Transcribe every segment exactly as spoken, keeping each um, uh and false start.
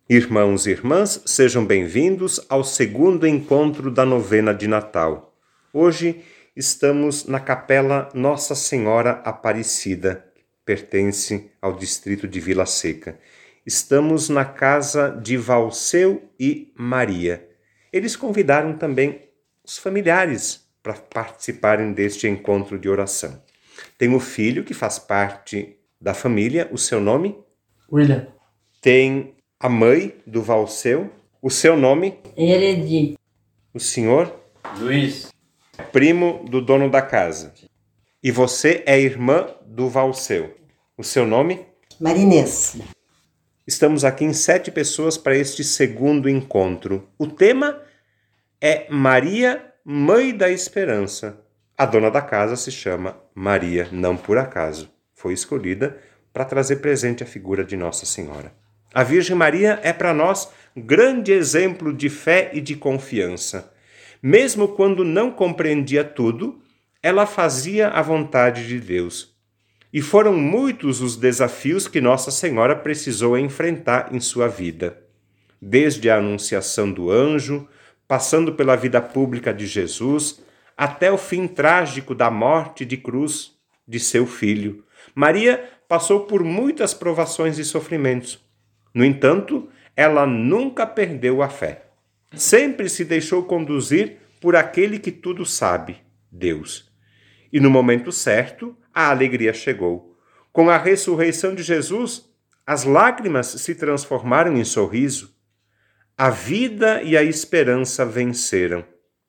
Irmãos e irmãs, sejam bem-vindos ao segundo encontro da novena de Natal. Hoje estamos na Capela Nossa Senhora Aparecida, que pertence ao distrito de Vila Seca. Estamos na casa de Valseu e Maria. Eles convidaram também os familiares para participarem deste encontro de oração. Tem o filho que faz parte da família, o seu nome? William. Tem a mãe do Valseu, o seu nome? Heredi. O senhor? Luiz. Primo do dono da casa. E você é irmã do Valseu. O seu nome? Marinês. Estamos aqui em sete pessoas para este segundo encontro. O tema é Maria, Mãe da Esperança. A dona da casa se chama Maria, não por acaso. Foi escolhida para trazer presente a figura de Nossa Senhora. A Virgem Maria é para nós grande exemplo de fé e de confiança. Mesmo quando não compreendia tudo, ela fazia a vontade de Deus. E foram muitos os desafios que Nossa Senhora precisou enfrentar em sua vida. Desde a anunciação do anjo, passando pela vida pública de Jesus, até o fim trágico da morte de cruz de seu filho. Maria passou por muitas provações e sofrimentos. No entanto, ela nunca perdeu a fé. Sempre se deixou conduzir por aquele que tudo sabe, Deus. E no momento certo, a alegria chegou. Com a ressurreição de Jesus, as lágrimas se transformaram em sorriso. A vida e a esperança venceram.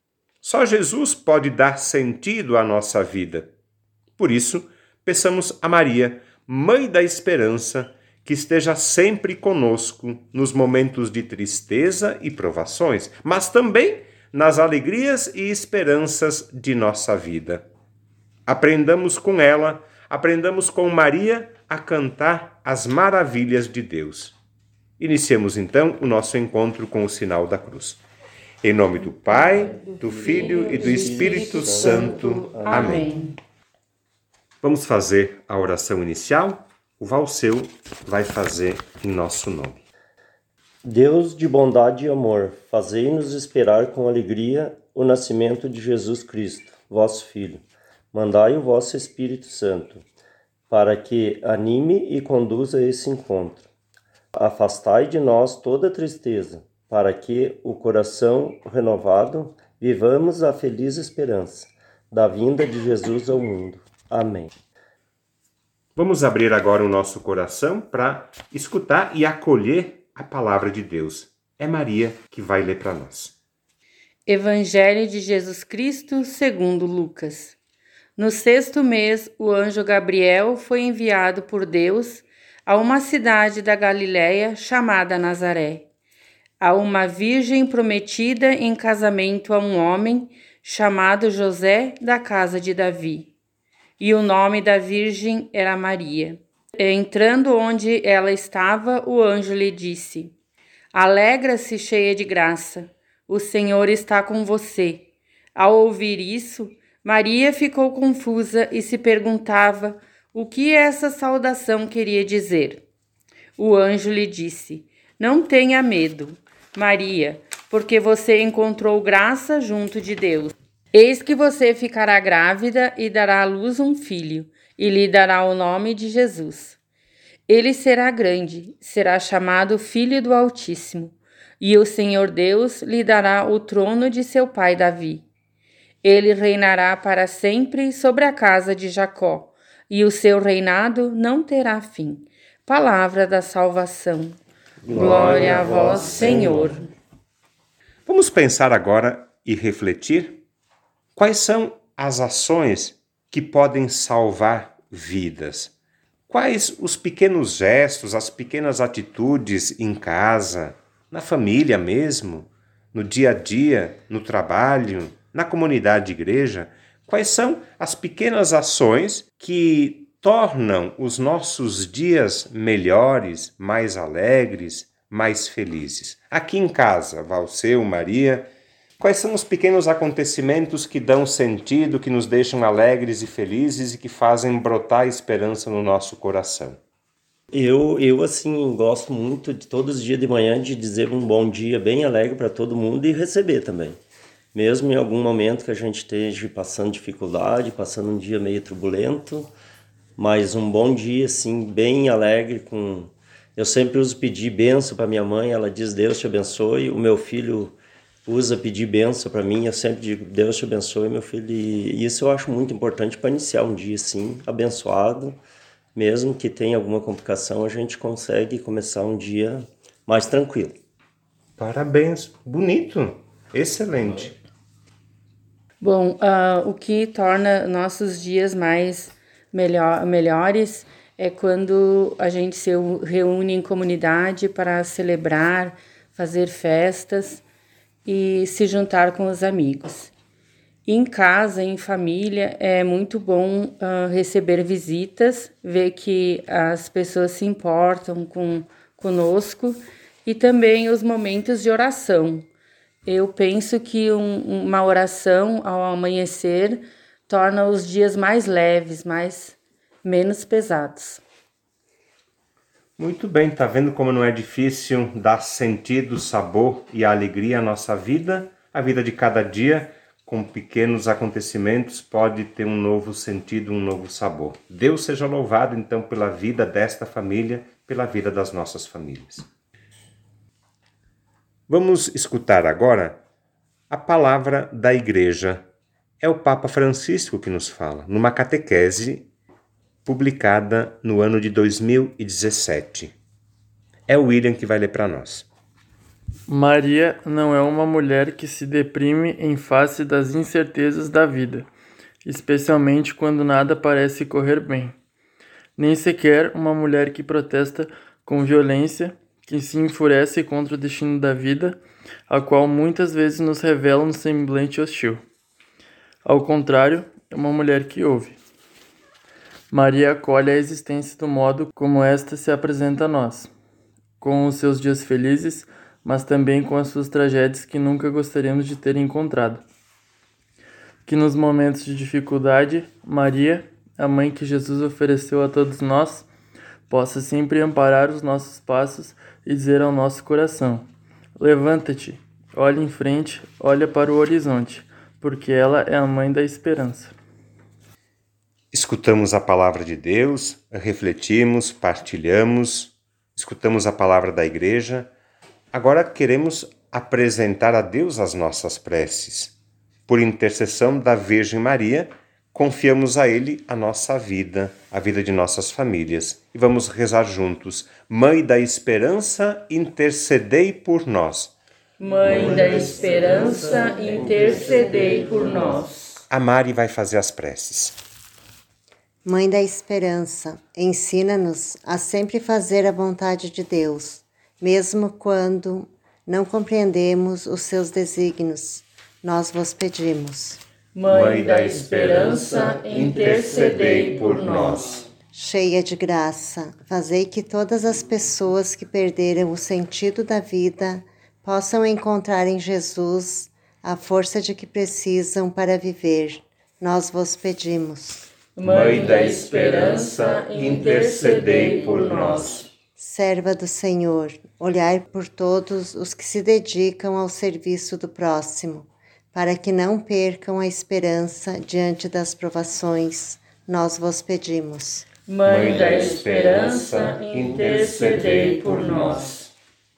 Só Jesus pode dar sentido à nossa vida. Por isso, peçamos a Maria, Mãe da Esperança, que esteja sempre conosco nos momentos de tristeza e provações, mas também nas alegrias e esperanças de nossa vida. Aprendamos com ela, aprendamos com Maria a cantar as maravilhas de Deus. Iniciemos então o nosso encontro com o sinal da cruz. Em nome do Pai, do Filho e do Espírito Santo. Amém. Vamos fazer a oração inicial? O Valseu vai fazer em nosso nome. Deus de bondade e amor, fazei-nos esperar com alegria o nascimento de Jesus Cristo, vosso Filho. Mandai o vosso Espírito Santo, para que anime e conduza esse encontro. Afastai de nós toda tristeza, para que, o coração renovado, vivamos a feliz esperança da vinda de Jesus ao mundo. Amém. Vamos abrir agora o nosso coração para escutar e acolher a palavra de Deus. É Maria que vai ler para nós. Evangelho de Jesus Cristo segundo Lucas. No sexto mês, o anjo Gabriel foi enviado por Deus a uma cidade da Galiléia chamada Nazaré, a uma virgem prometida em casamento a um homem chamado José da casa de Davi. E o nome da virgem era Maria. Entrando onde ela estava, o anjo lhe disse: Alegra-se, cheia de graça, o Senhor está com você. Ao ouvir isso, Maria ficou confusa e se perguntava o que essa saudação queria dizer. O anjo lhe disse: Não tenha medo, Maria, porque você encontrou graça junto de Deus. Eis que você ficará grávida e dará à luz um filho, e lhe dará o nome de Jesus. Ele será grande, será chamado Filho do Altíssimo, e o Senhor Deus lhe dará o trono de seu pai Davi. Ele reinará para sempre sobre a casa de Jacó, e o seu reinado não terá fim. Palavra da salvação. Glória a vós, Senhor. Vamos pensar agora e refletir. Quais são as ações que podem salvar vidas? Quais os pequenos gestos, as pequenas atitudes em casa, na família mesmo, no dia a dia, no trabalho, na comunidade de igreja? Quais são as pequenas ações que tornam os nossos dias melhores, mais alegres, mais felizes? Aqui em casa, Valseu, Maria, quais são os pequenos acontecimentos que dão sentido, que nos deixam alegres e felizes e que fazem brotar esperança no nosso coração? Eu, eu, assim, gosto muito de todos os dias de manhã de dizer um bom dia bem alegre para todo mundo e receber também. Mesmo em algum momento que a gente esteja passando dificuldade, passando um dia meio turbulento, mas um bom dia, assim, bem alegre. Com... Eu sempre uso pedir bênção para minha mãe, ela diz Deus te abençoe. O meu filho usa pedir bênção para mim, eu sempre digo Deus te abençoe, meu filho. E isso eu acho muito importante para iniciar um dia, assim, abençoado. Mesmo que tenha alguma complicação, a gente consegue começar um dia mais tranquilo. Parabéns, bonito, excelente. Bom, uh, o que torna nossos dias mais melhor, melhores é quando a gente se reúne em comunidade para celebrar, fazer festas e se juntar com os amigos. Em casa, em família, é muito bom uh, receber visitas, ver que as pessoas se importam com conosco e também os momentos de oração. Eu penso que um, uma oração ao amanhecer torna os dias mais leves, mais menos pesados. Muito bem, tá vendo como não é difícil dar sentido, sabor e alegria à nossa vida? A vida de cada dia, com pequenos acontecimentos, pode ter um novo sentido, um novo sabor. Deus seja louvado, então, pela vida desta família, pela vida das nossas famílias. Vamos escutar agora a palavra da Igreja. É o Papa Francisco que nos fala, numa catequese publicada no ano de dois mil e dezessete. É o William que vai ler para nós. Maria não é uma mulher que se deprime em face das incertezas da vida, especialmente quando nada parece correr bem. Nem sequer uma mulher que protesta com violência, que se enfurece contra o destino da vida, a qual muitas vezes nos revela um semblante hostil. Ao contrário, é uma mulher que ouve. Maria acolhe a existência do modo como esta se apresenta a nós, com os seus dias felizes, mas também com as suas tragédias que nunca gostaríamos de ter encontrado. Que nos momentos de dificuldade, Maria, a mãe que Jesus ofereceu a todos nós, possa sempre amparar os nossos passos e dizer ao nosso coração: levanta-te, olha em frente, olha para o horizonte, porque ela é a mãe da esperança. Escutamos a palavra de Deus, refletimos, partilhamos, escutamos a palavra da Igreja. Agora queremos apresentar a Deus as nossas preces. Por intercessão da Virgem Maria, confiamos a Ele a nossa vida, a vida de nossas famílias. E vamos rezar juntos. Mãe da Esperança, intercedei por nós. Mãe da Esperança, intercedei por nós. A Mari vai fazer as preces. Mãe da Esperança, ensina-nos a sempre fazer a vontade de Deus, mesmo quando não compreendemos os seus desígnios. Nós vos pedimos. Mãe da Esperança, intercedei por nós. Cheia de graça, fazei que todas as pessoas que perderam o sentido da vida possam encontrar em Jesus a força de que precisam para viver. Nós vos pedimos. Mãe da Esperança, intercedei por nós. Serva do Senhor, olhai por todos os que se dedicam ao serviço do próximo, para que não percam a esperança diante das provações. Nós vos pedimos. Mãe da Esperança, intercedei por nós.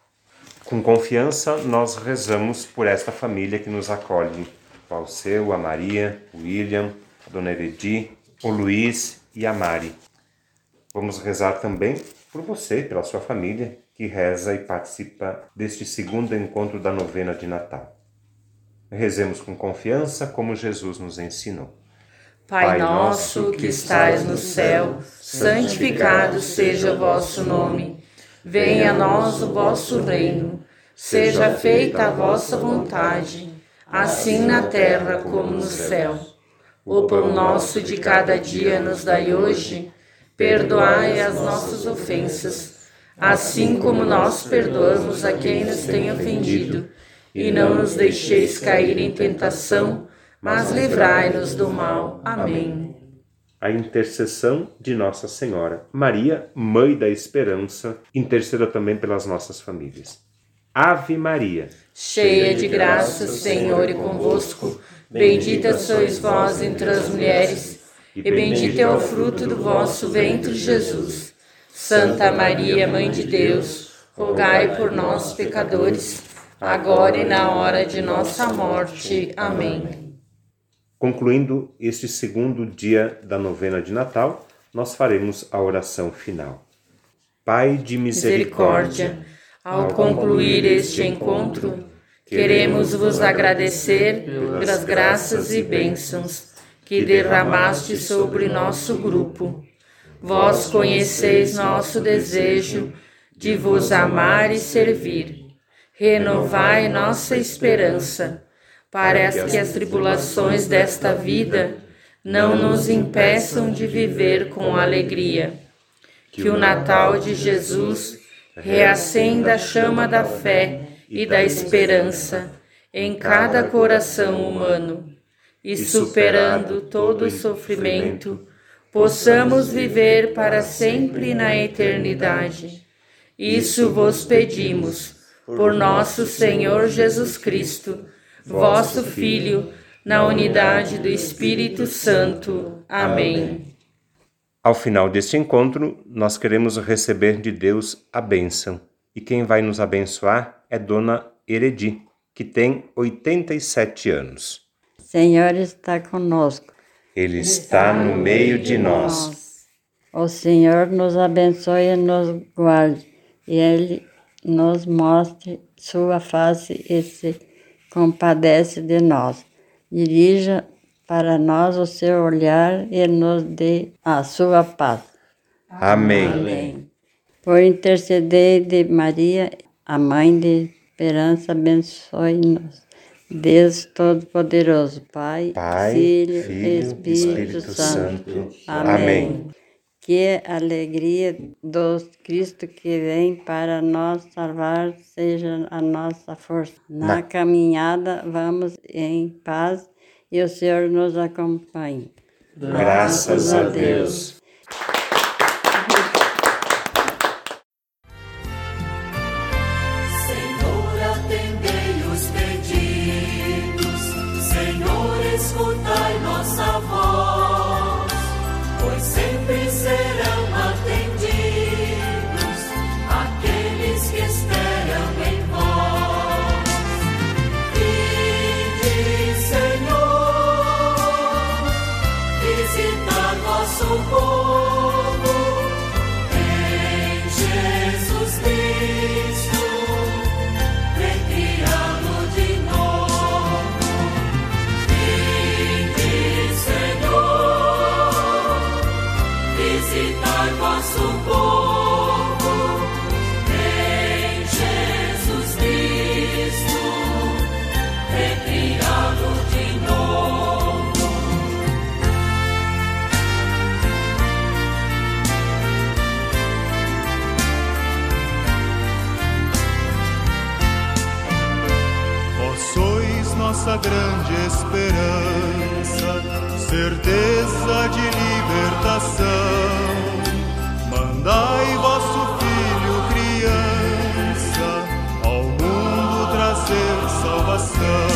Com confiança, nós rezamos por esta família que nos acolhe. O Alceu, a Maria, o William, a Dona Heredi, o Luiz e a Mari. Vamos rezar também por você, pela sua família, que reza e participa deste segundo encontro da novena de Natal. Rezemos com confiança, como Jesus nos ensinou. Pai nosso que estais no céu, santificado seja o vosso nome. Venha a nós o vosso reino. Seja feita a vossa vontade, assim na terra como no céu. O pão nosso de cada dia nos dai hoje. Perdoai as nossas ofensas, assim como nós perdoamos a quem nos tem ofendido. E não nos deixeis cair em tentação, mas livrai-nos do mal. Amém. a intercessão de Nossa Senhora. Maria, Mãe da Esperança, interceda também pelas nossas famílias. Ave Maria, cheia de graça, o Senhor é convosco. Bendita sois vós entre as mulheres, e bendito é o fruto do vosso ventre, Jesus. Santa Maria, Mãe de Deus, rogai por nós, pecadores, agora e na hora de nossa morte. Amém. Concluindo este segundo dia da novena de Natal, nós faremos a oração final. Pai de misericórdia, ao concluir este encontro, queremos vos agradecer pelas graças e bênçãos que derramaste sobre nosso grupo. Vós conheceis nosso desejo de vos amar e servir. Renovai nossa esperança, para que as tribulações desta vida não nos impeçam de viver com alegria. Que o Natal de Jesus reacenda a chama da fé e da esperança em cada coração humano, e superando todo o sofrimento, possamos viver para sempre na eternidade. Isso vos pedimos, por nosso Senhor Jesus Cristo, vosso Filho, na unidade do Espírito Santo. Amém. Ao final deste encontro, nós queremos receber de Deus a bênção. E quem vai nos abençoar é Dona Heredi, que tem oitenta e sete anos. O Senhor está conosco. Ele está no meio de nós. O Senhor nos abençoe e nos guarde, e Ele nos mostre sua face e se compadece de nós. Dirija para nós o seu olhar e nos dê a sua paz. Amém. Amém. Por interceder de Maria, a Mãe de Esperança, abençoe-nos. Deus Todo-Poderoso, Pai, Pai, Filho, Filho e Espírito, Espírito Santo. Santo. Amém. Amém. Que a alegria do Cristo que vem para nós salvar seja a nossa força. Na, Na caminhada vamos em paz e o Senhor nos acompanhe. Graças a Deus. Senhor, atendei os pedidos. Senhor, escutai nossa voz, pois sempre serão atendidos aqueles que esperam em vós. Vinde, Senhor, visitar vosso povo em Jesus Cristo, recriá-lo de novo. Vinde, Senhor, visitar vosso povo em Jesus Cristo, recriá-lo de novo. Vós sois nossa grande esperança, certeza de libertação. Mandai vosso Filho criança ao mundo trazer salvação.